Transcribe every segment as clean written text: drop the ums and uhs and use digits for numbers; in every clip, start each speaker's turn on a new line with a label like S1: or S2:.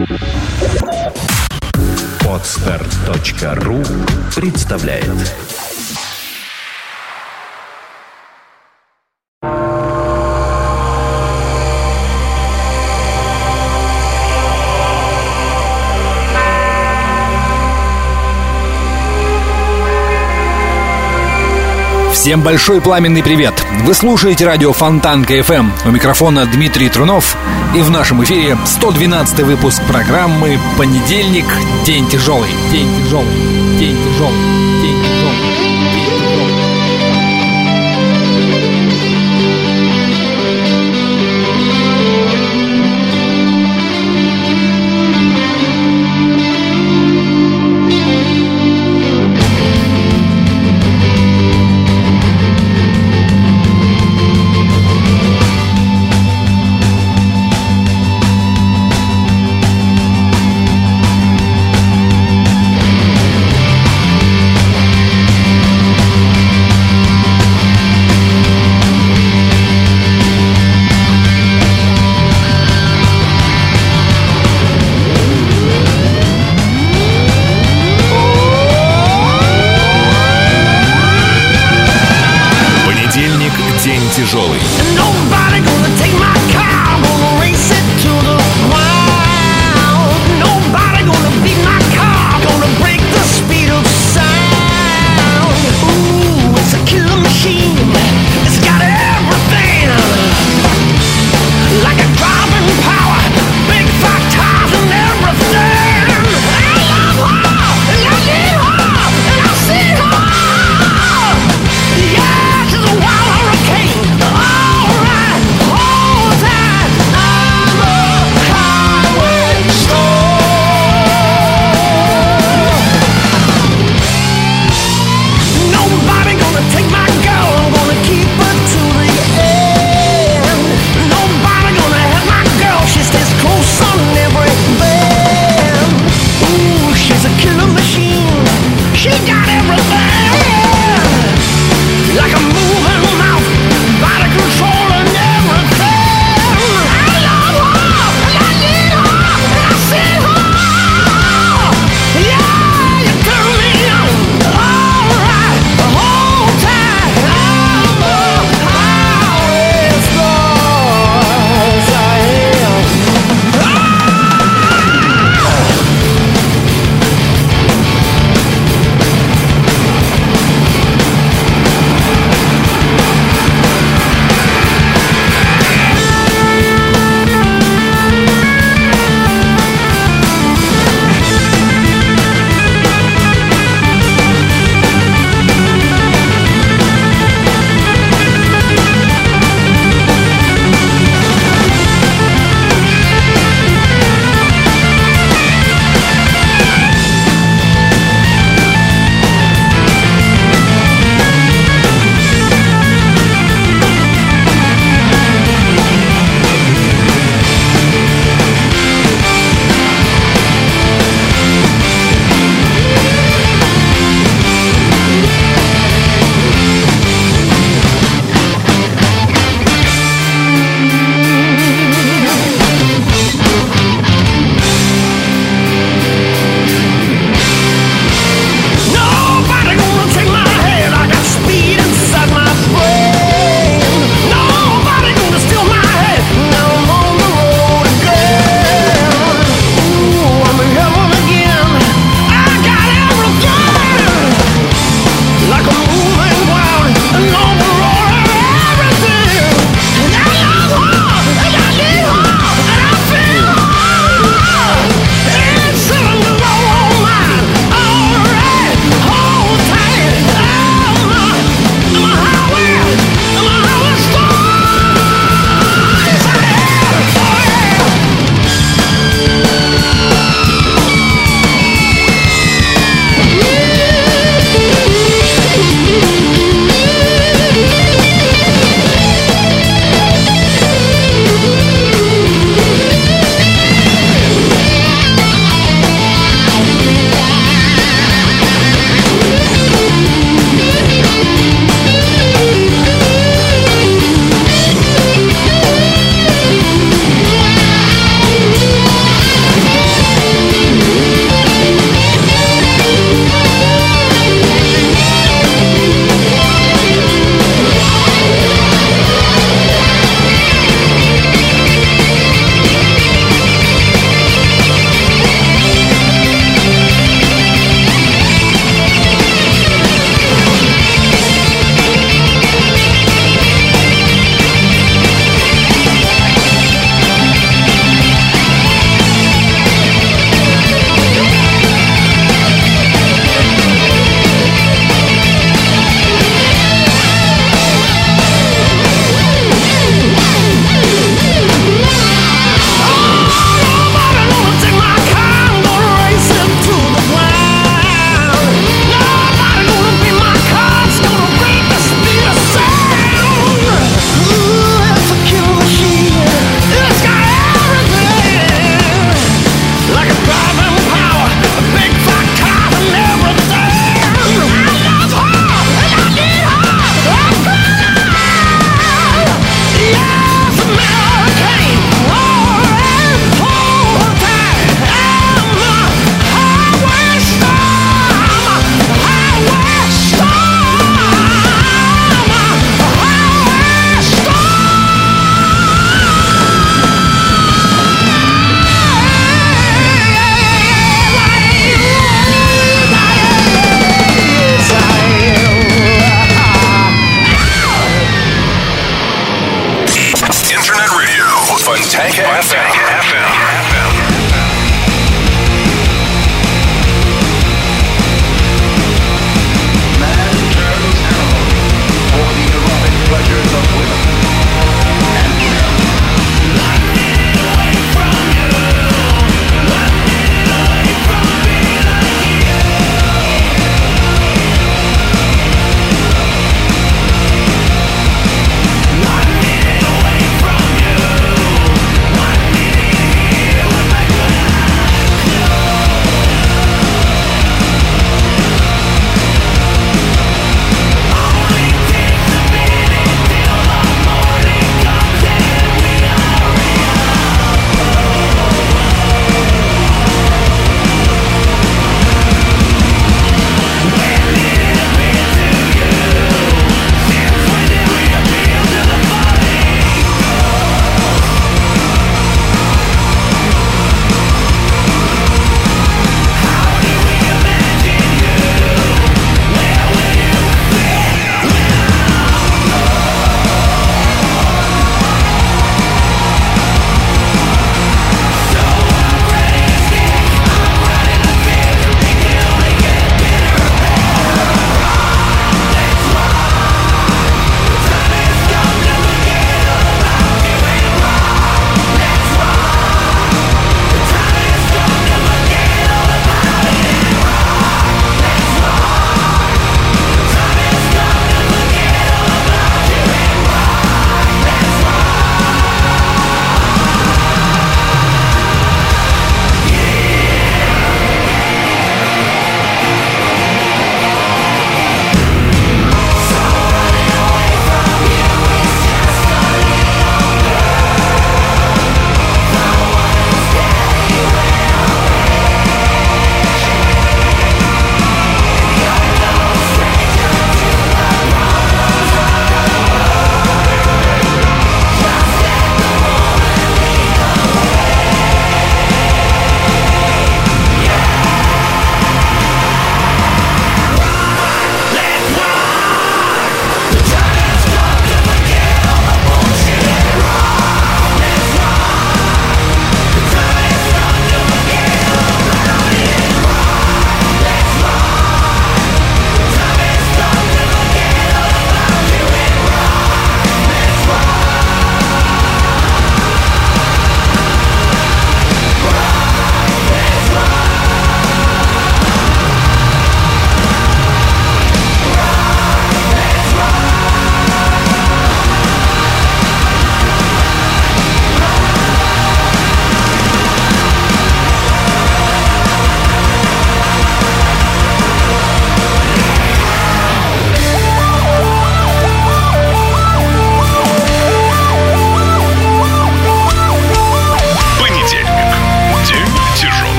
S1: Podster.ru представляет.
S2: Всем большой пламенный привет! Вы слушаете радио Фонтанка FM. У микрофона Дмитрий Трунов. И в нашем эфире 112-й выпуск программы «Понедельник. День тяжелый». День тяжелый. День тяжелый. День тяжелый.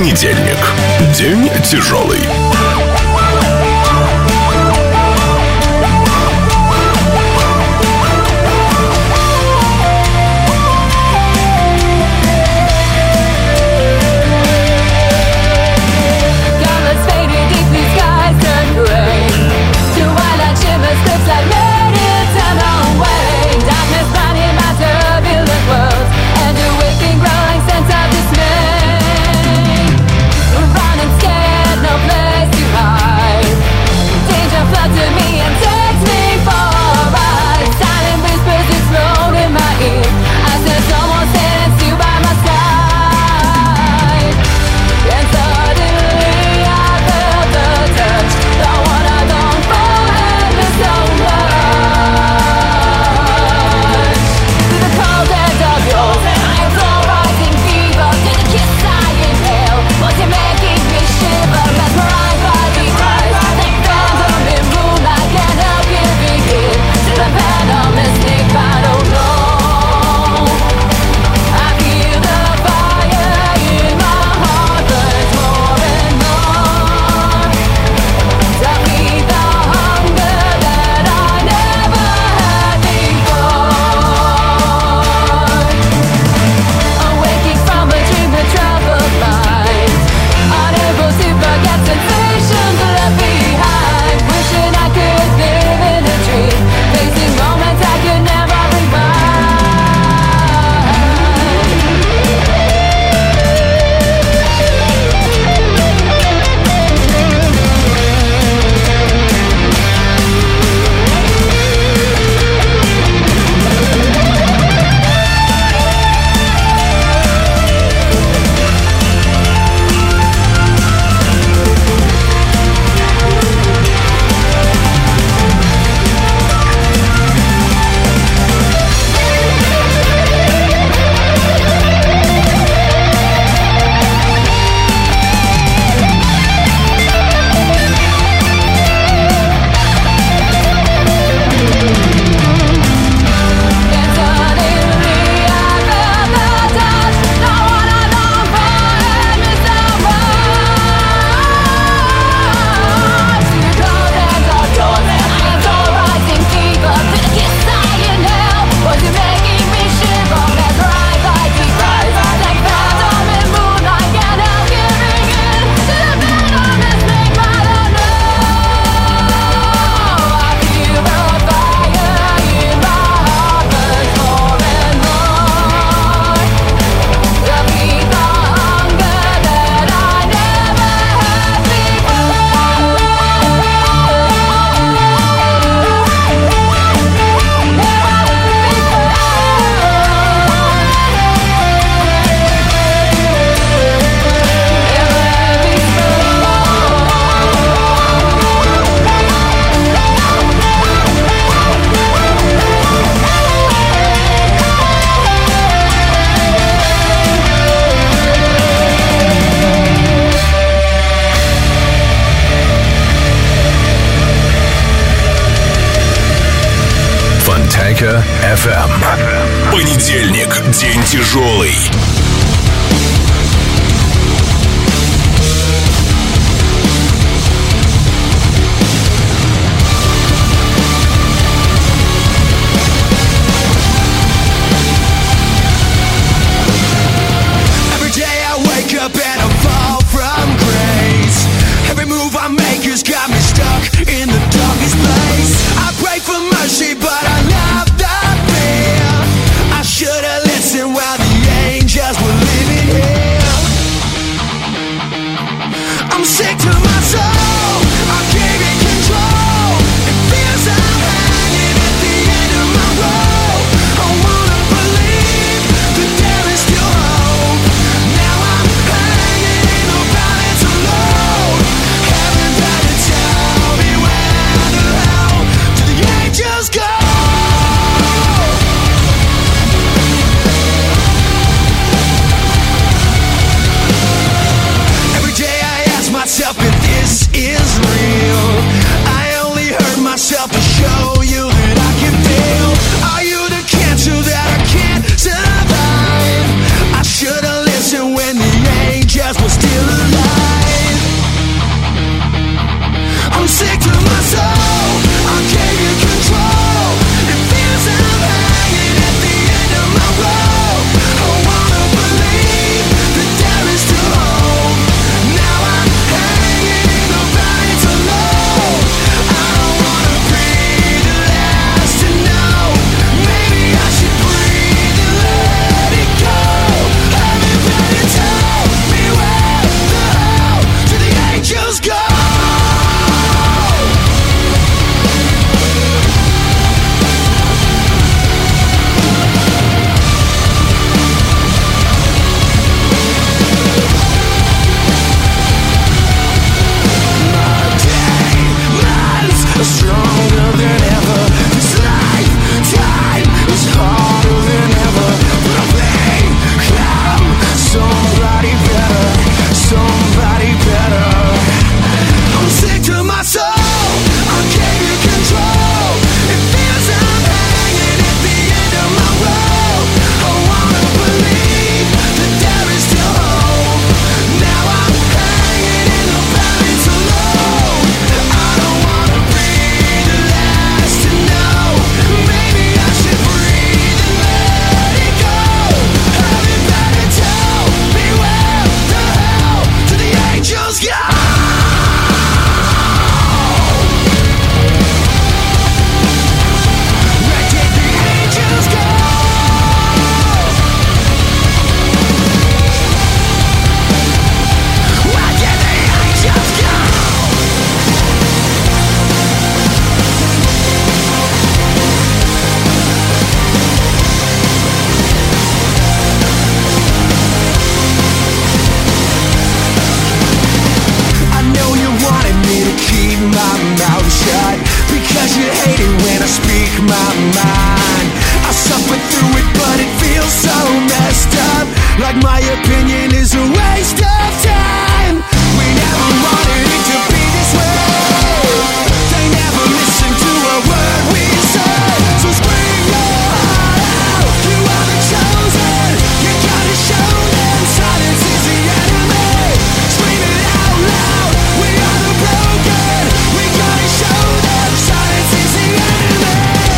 S3: Понедельник. День тяжелый. FM. Понедельник. День тяжелый.
S4: But I love the fear. I should've listened while the angels like my opinion is a waste of time. We never wanted it to be this way. They never listened to a word we said. So scream your heart out, you are the chosen. You gotta show them silence is the enemy. Scream it out loud, we are the broken. We gotta show them silence is the enemy.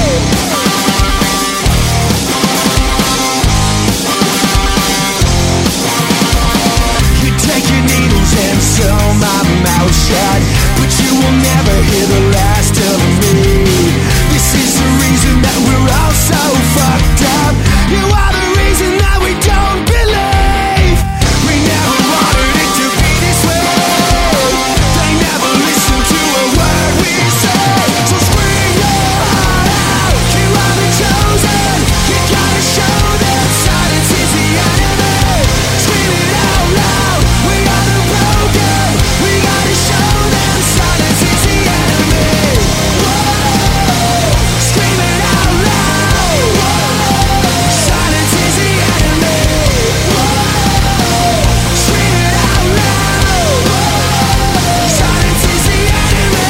S4: You take your needles and sew my mouth shut, but you will never hear the last of me. This is the reason that we're all so fucked up. You are the reason that we don't believe. We never wanted it to be this way. They never listened to a word we said. So scream your heart out, you are the chosen. You gotta show them silence is the enemy. Scream it out loud, we are the broken. We gotta show them silence is the enemy. Whoa, scream it out loud. Whoa, silence is the enemy. Whoa, scream it out loud. Whoa, silence is the enemy.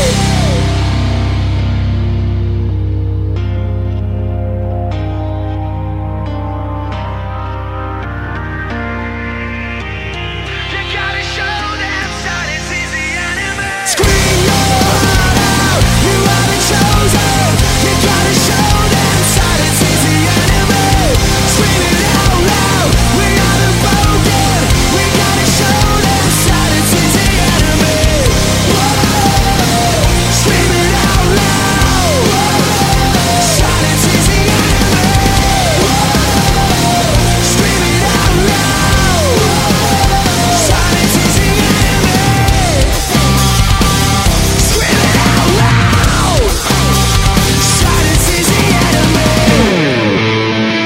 S4: You gotta show them silence is the enemy. Scream your heart out, you are the chosen. You gotta show them silence is the enemy. Scream it out loud, we are the broken. We gotta show them silence is the enemy. Whoa, scream it out loud. Whoa, silence is the enemy. Whoa, scream it out loud. Silence is the enemy. Scream it out loud. Silence is the enemy.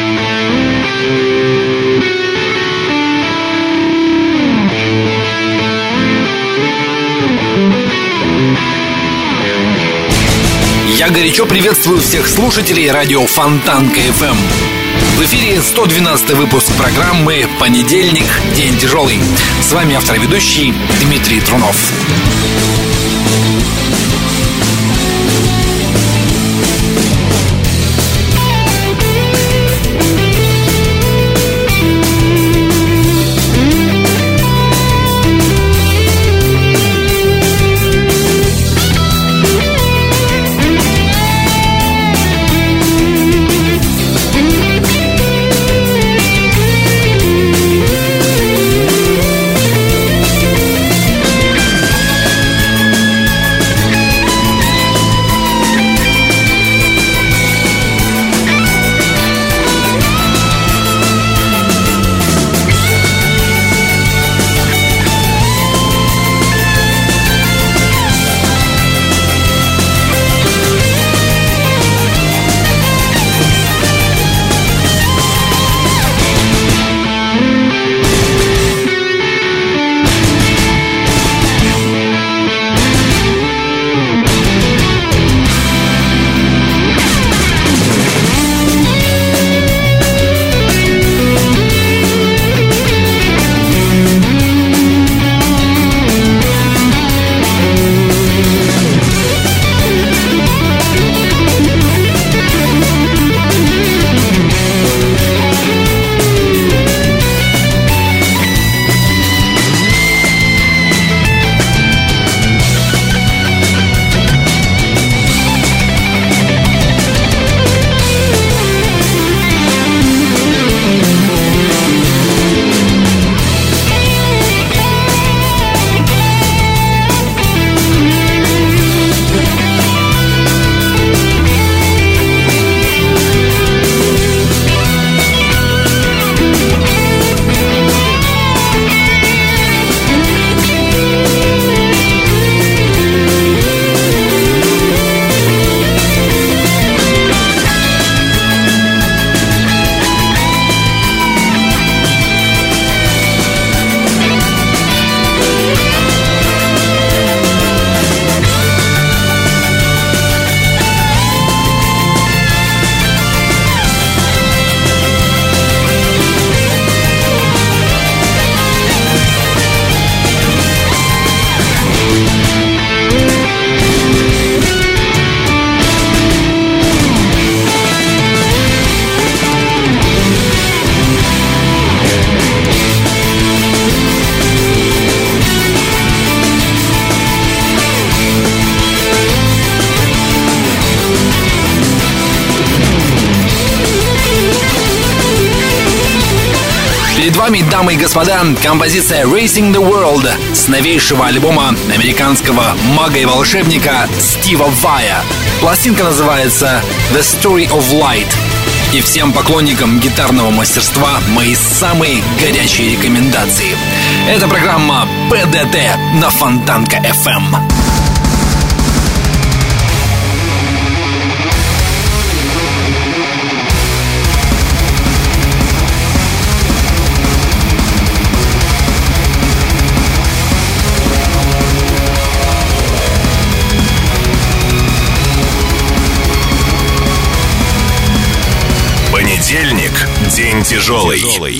S2: Я горячо приветствую всех слушателей радио Фонтанка FM. В эфире 112 выпуск программы «Понедельник. День тяжелый». С вами автор и ведущий Дмитрий Трунов. Перед вами, дамы и господа, композиция Racing the World с новейшего альбома американского мага и волшебника Стива Вая. Пластинка называется The Story of Light. И всем поклонникам гитарного мастерства мои самые горячие рекомендации. Это программа ПДТ на Фонтанка FM.
S3: Понедельник – день тяжелый.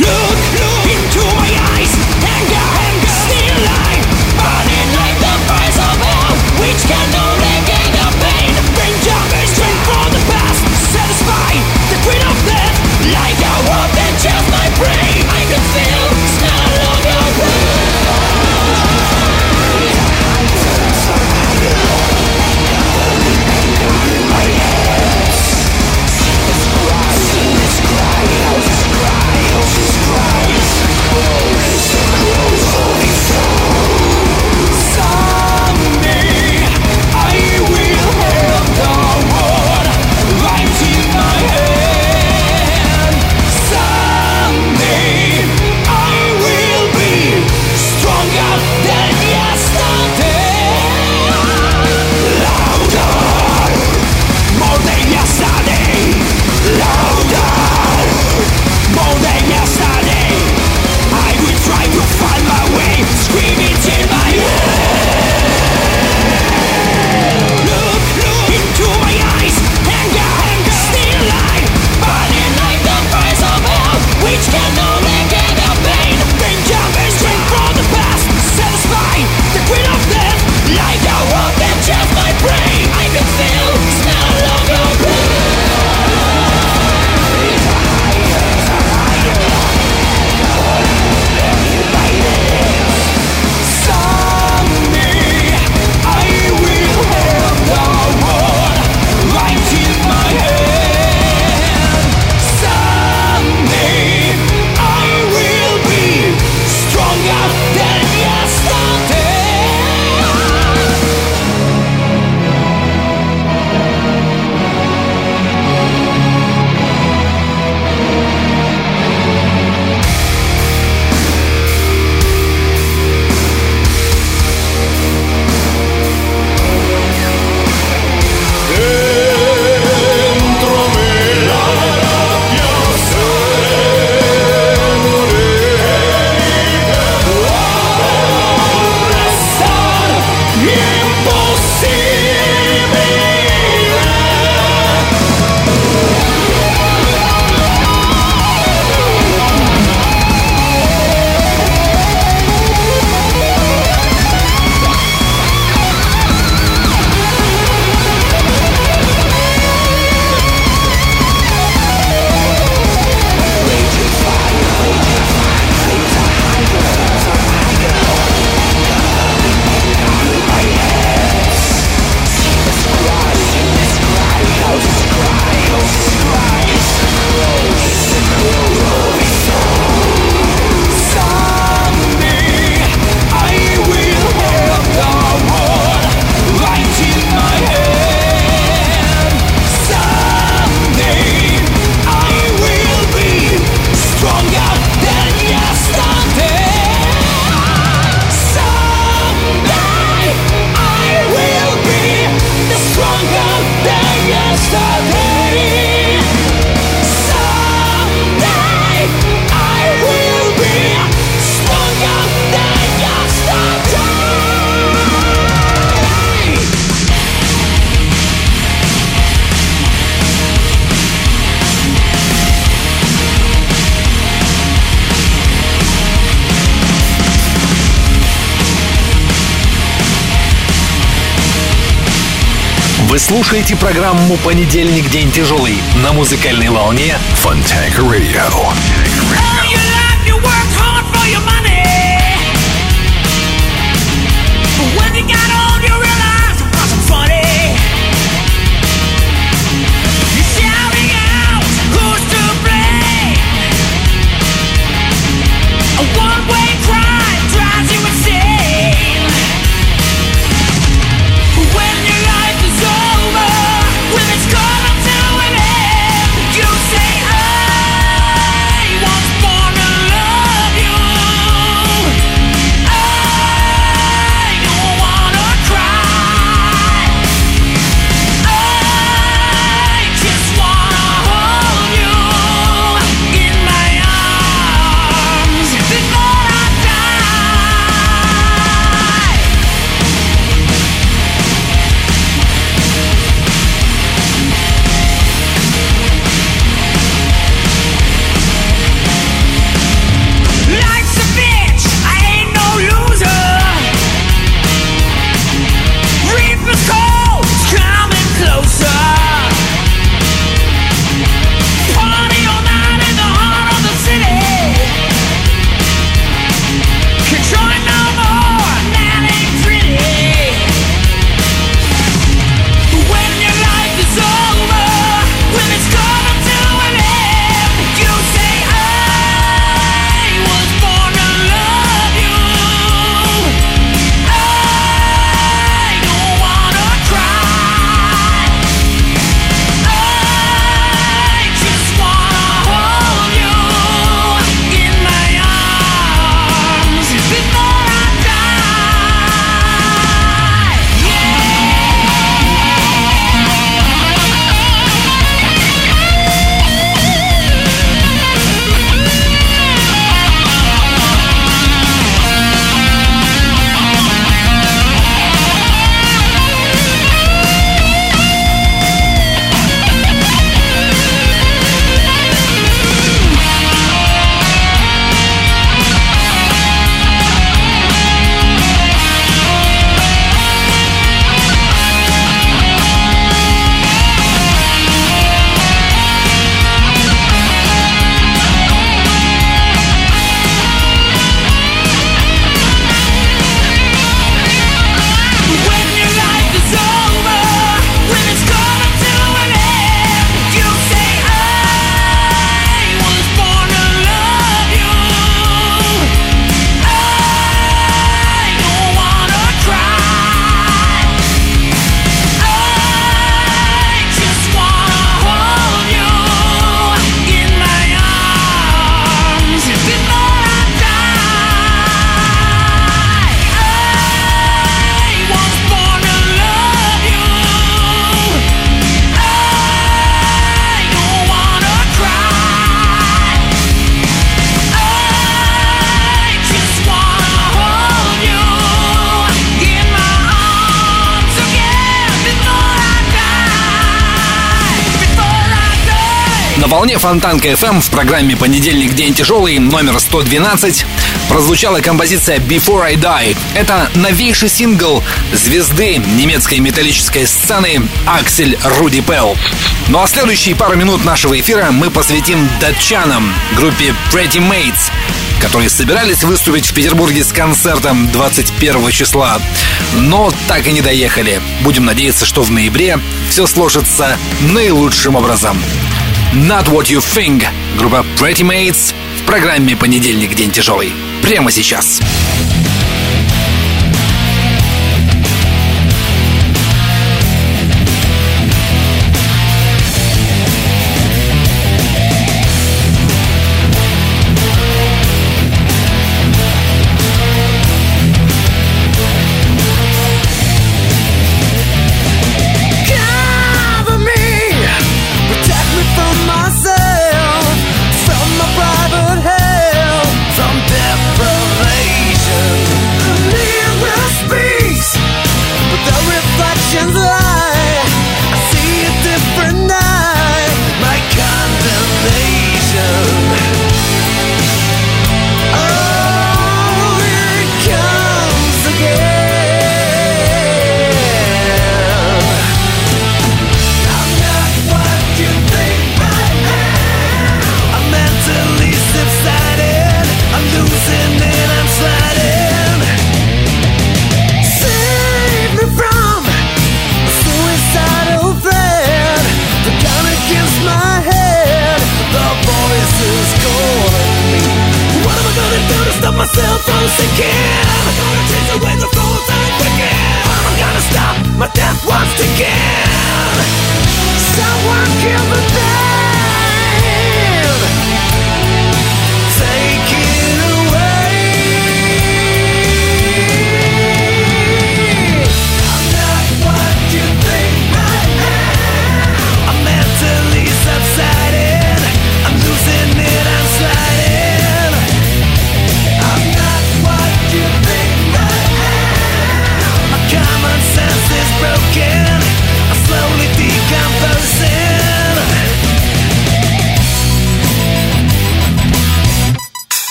S2: Вы слушаете программу «Понедельник. День тяжелый» на музыкальной волне
S3: Фонтанка Radio.
S2: На волне Фонтанка FM в программе «Понедельник. День тяжелый» номер 112 прозвучала композиция «Before I Die». Это новейший сингл звезды немецкой металлической сцены Аксель Руди Пелл. Ну а следующие пару минут нашего эфира мы посвятим датчанам, группе Pretty Mates, которые собирались выступить в Петербурге с концертом 21 числа, но так и не доехали. Будем надеяться, что в ноябре все сложится наилучшим образом. Not What You Think, группа Pretty Mates в программе «Понедельник. День тяжелый». Прямо сейчас.
S4: Private hell from deprivation.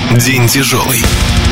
S3: День тяжелый.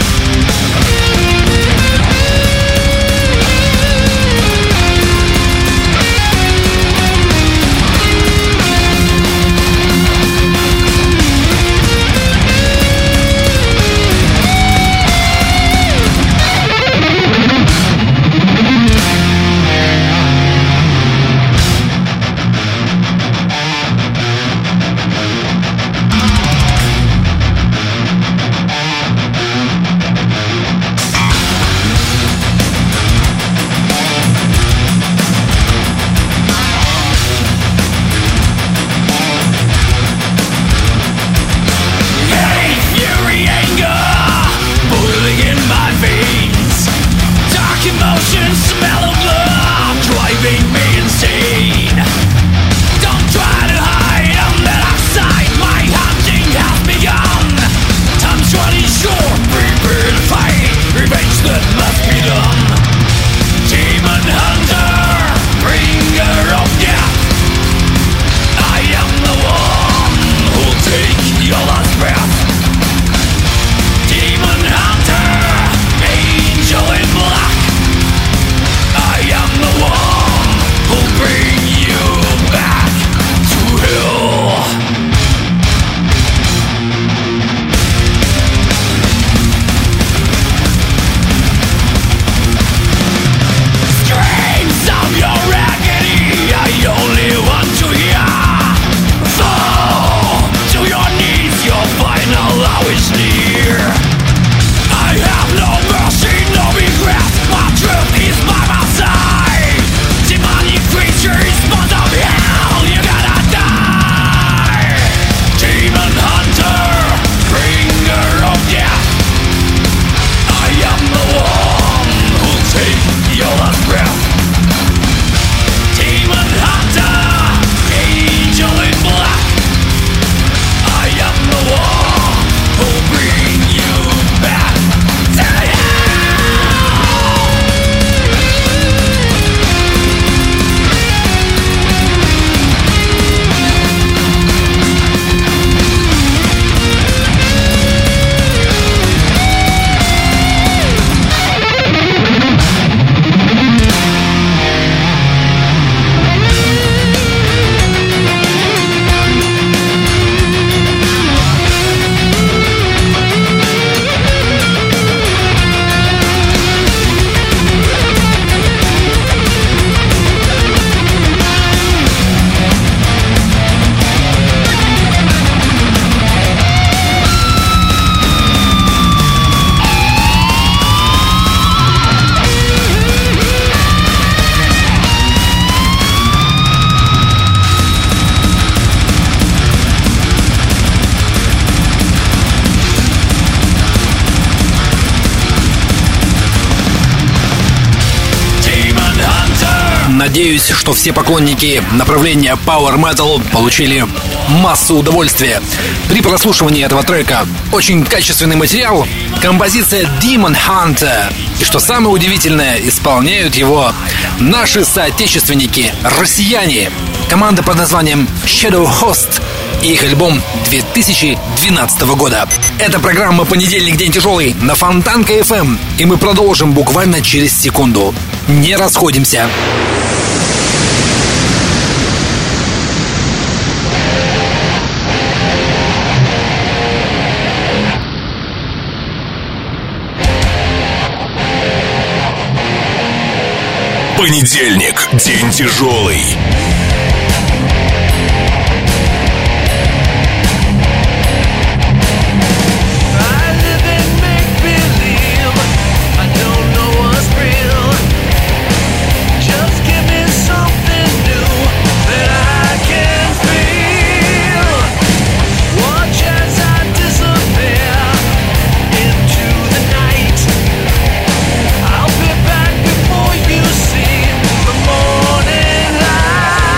S2: Надеюсь, что все поклонники направления Power Metal получили массу удовольствия при прослушивании этого трека. Очень качественный материал, композиция Demon Hunter. И что самое удивительное, исполняют его наши соотечественники, россияне. Команда под названием Shadow Host и их альбом 2012 года. Это программа «Понедельник. День тяжелый» на Фонтанка FM. И мы продолжим буквально через секунду. Не расходимся.
S3: Понедельник. День тяжелый.
S4: Before you see the morning light.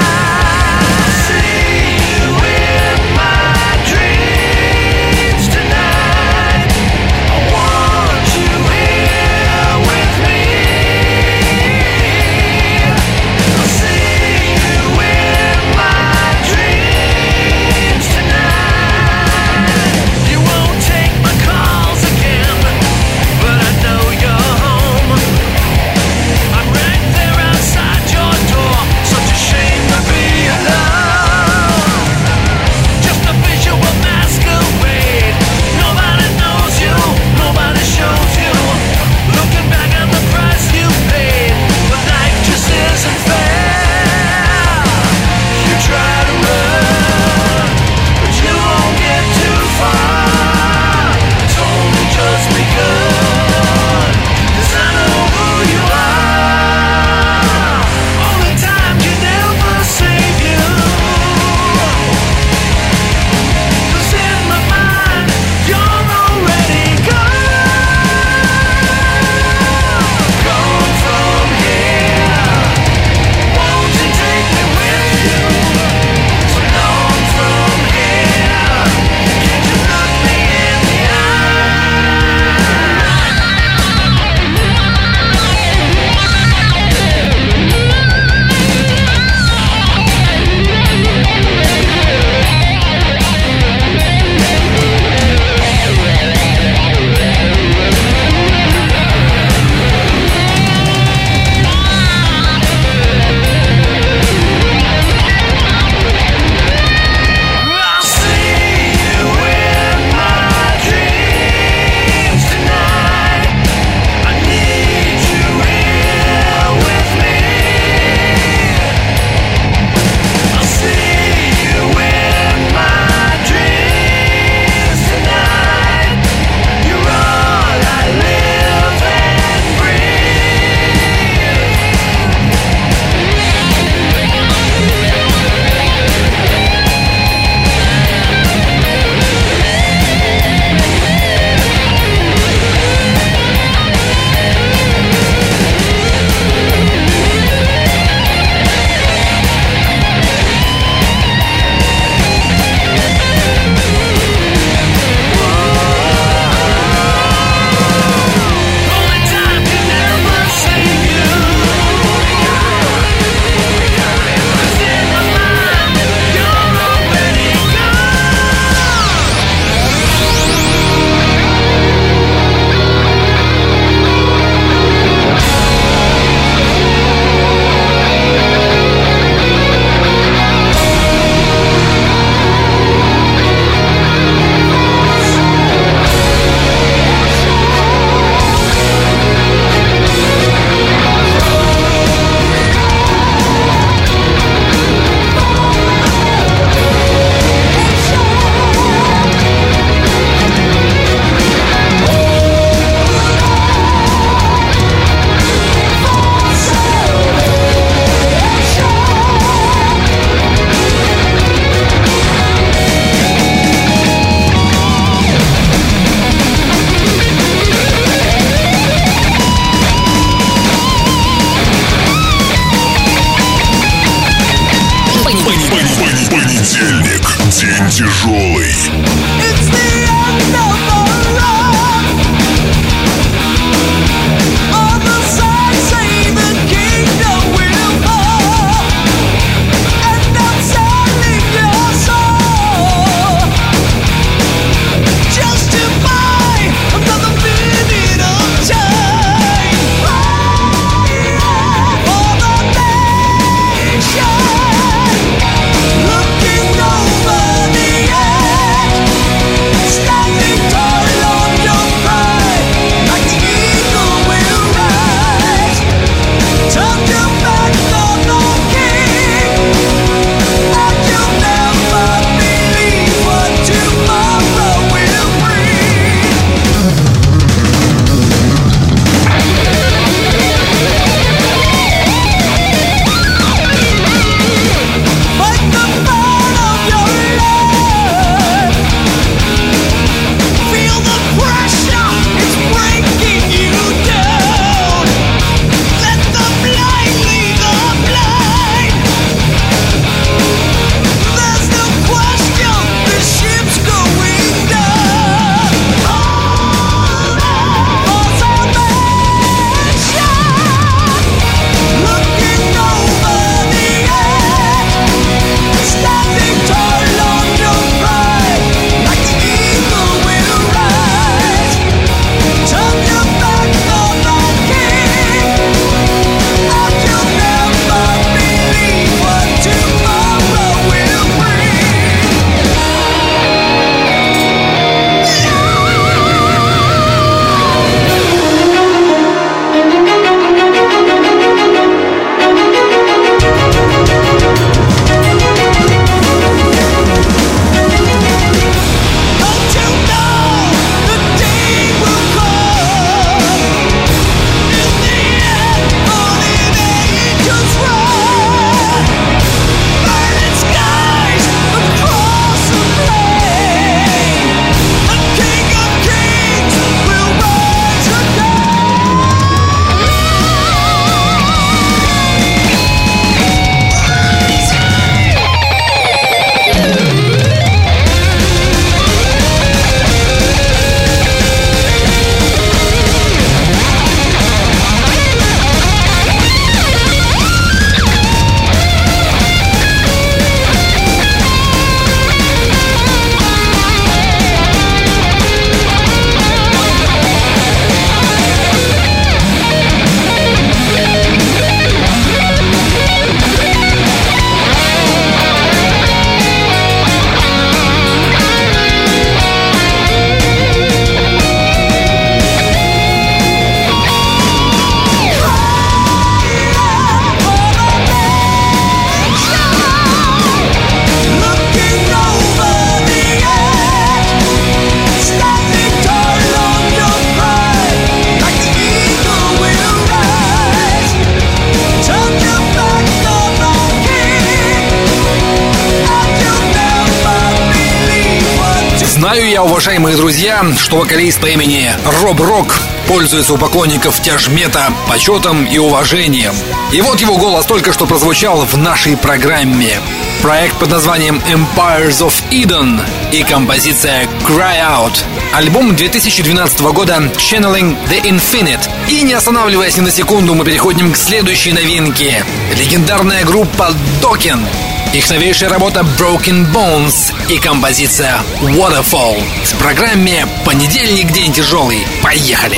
S2: Знаю я, уважаемые друзья, что вокалист по имени Роб Рок пользуется у поклонников тяжмета почетом и уважением. И вот его голос только что прозвучал в нашей программе. Проект под названием Empires of Eden и композиция Cry Out. Альбом 2012 года Channeling the Infinite. И не останавливаясь ни на секунду, мы переходим к следующей новинке. Легендарная группа Dokken. Их новейшая работа Broken Bones и композиция Waterfall в программе «Понедельник. День тяжелый». Поехали!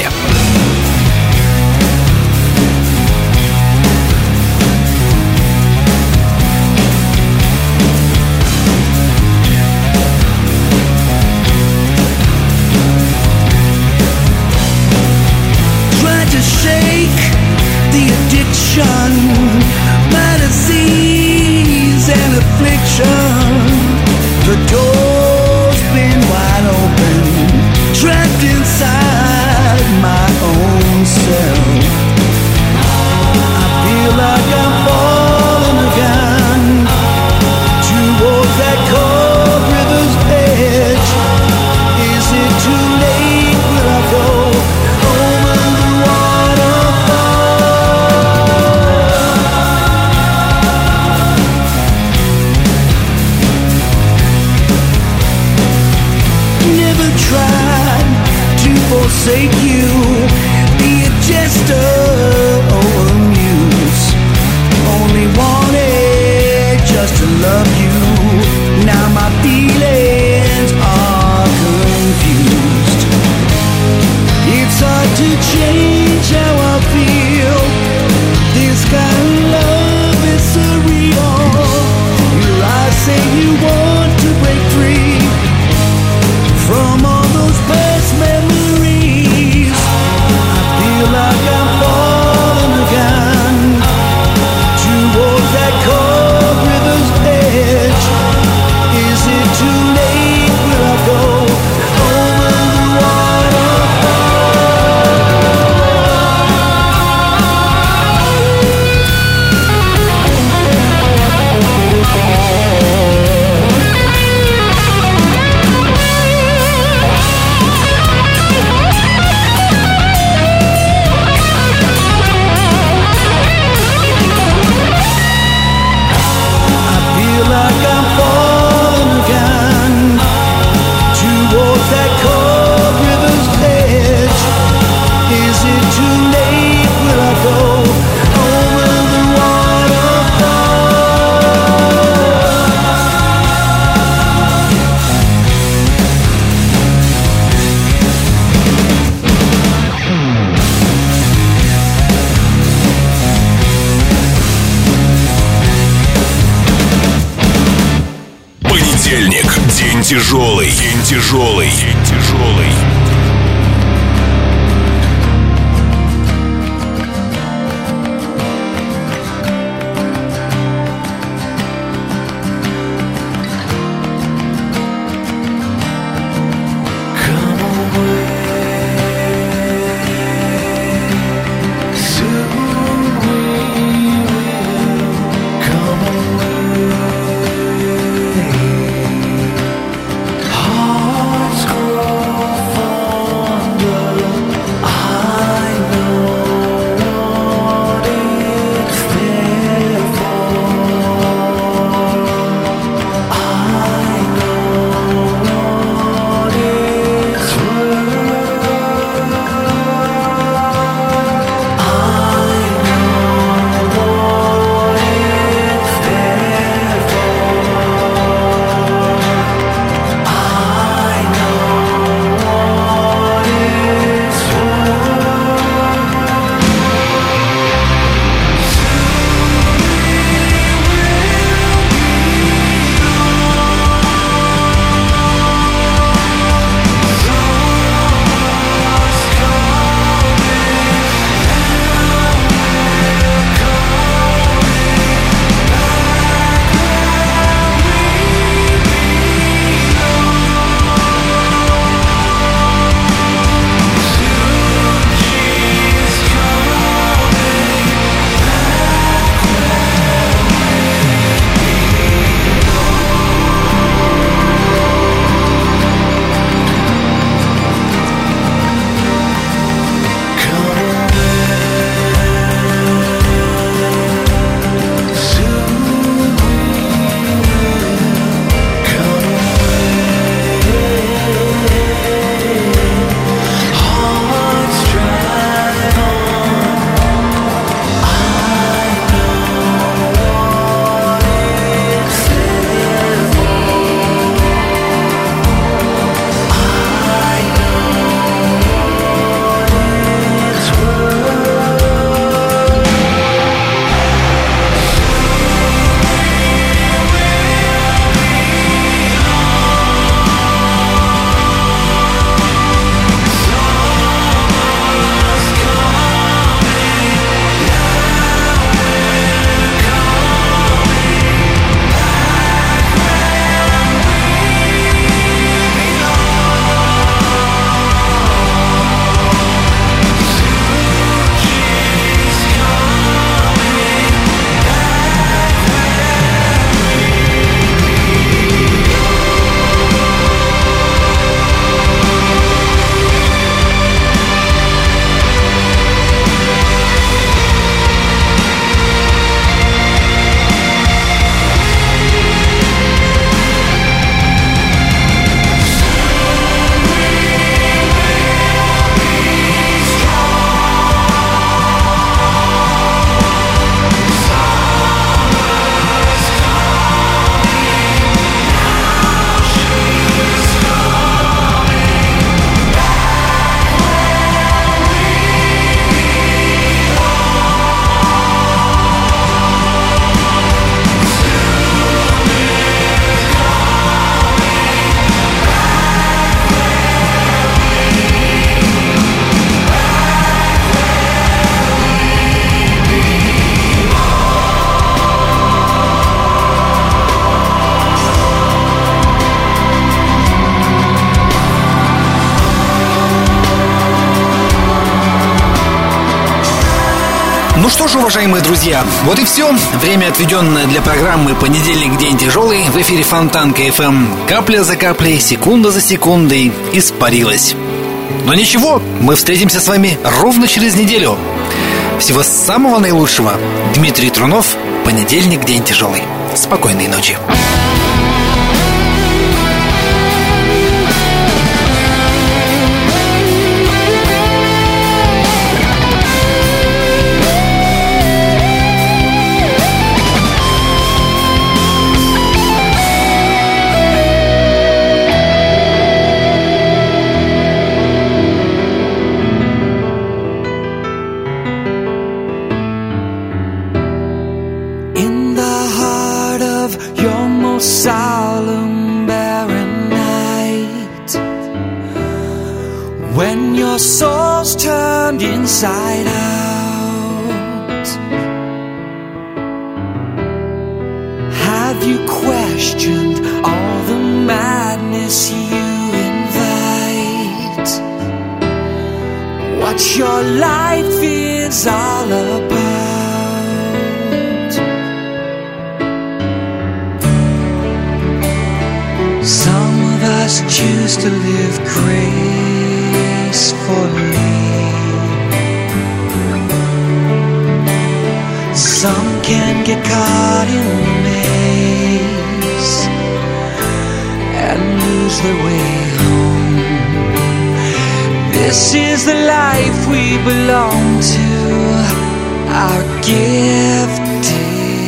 S4: The door's been wide open, trapped inside my own self. I feel like I'm falling again towards that cold river's edge. Is it too late? Will I go over the waterfall? Never tried to forsake you, be a jester or a muse. Only wanted just to love you. Now my feelings are confused. It's hard to change how I feel. This kind of love is surreal. Your eyes say you want to break free from all those past memories. I feel like I'm falling again towards that cold river's edge. Is it too late? Will I go over the waterfall? I feel like I'm falling again towards that cold river's edge. Is it too late? Will I go over the waterfall?
S3: Понедельник. День тяжелый. День тяжелый. День тяжелый.
S4: Hearts grow
S2: Ну что ж, уважаемые друзья, вот и все. Время, отведенное для программы «Понедельник. День тяжелый» в эфире Фонтанка ФМ. Капля за каплей, секунда за секундой испарилась. Но ничего, мы встретимся с вами ровно через неделю. Всего самого наилучшего. Дмитрий Трунов. «Понедельник. День тяжелый». Спокойной ночи.
S4: Solemn barren night, when your soul's turned inside out, have you questioned all the madness you invite? What your life is all about? Some of us choose to live gracefully. Some can get caught in the maze and lose their way home. This is the life we belong to, our gift divine.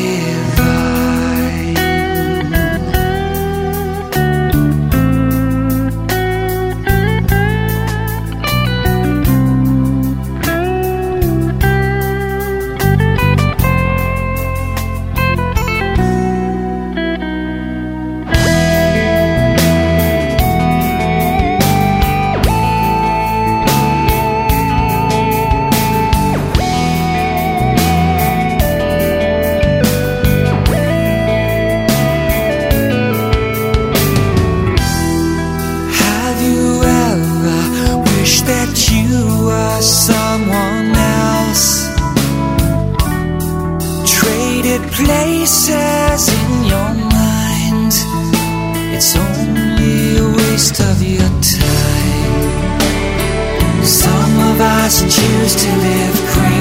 S4: Places in your mind, it's only a waste of your time. Some of us choose to live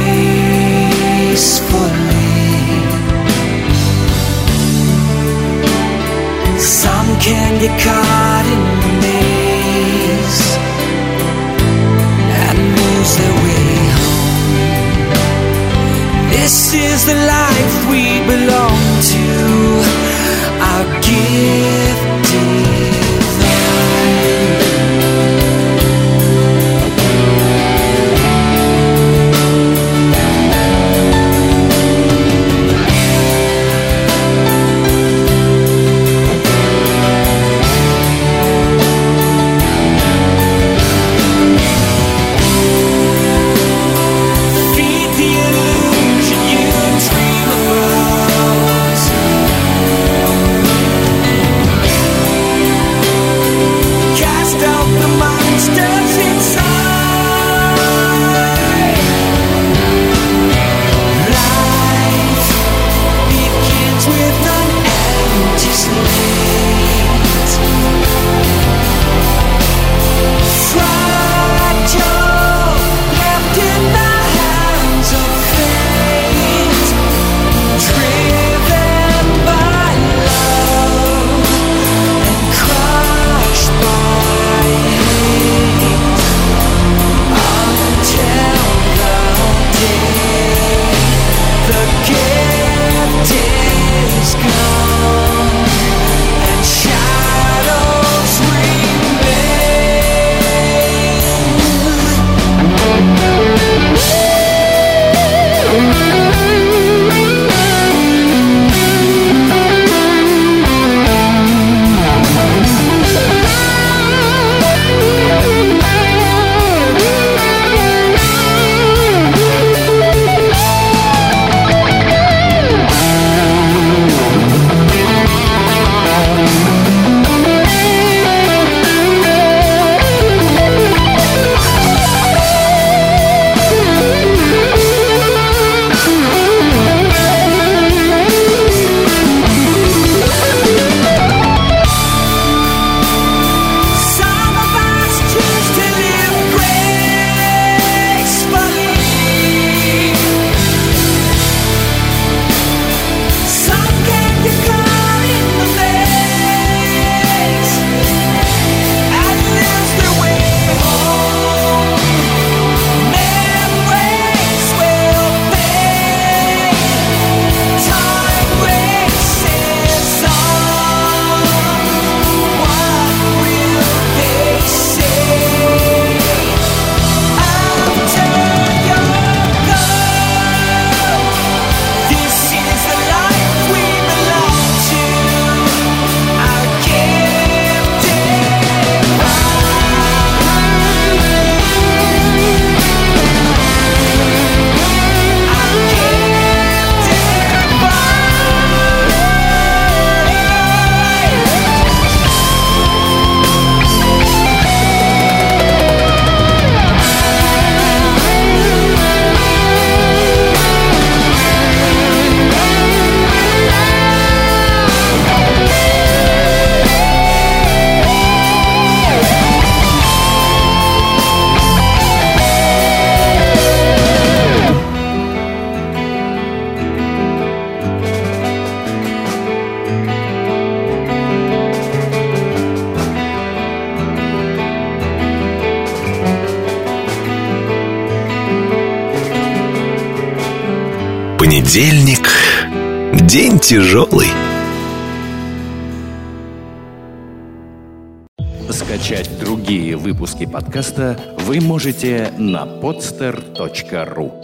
S4: gracefully. Some can get caught in the maze and lose their way home. This is the life we belong to, our gift Feed the illusion you dream about.
S3: Понедельник – день тяжелый.
S1: Скачать другие выпуски подкаста вы можете на podster.ru.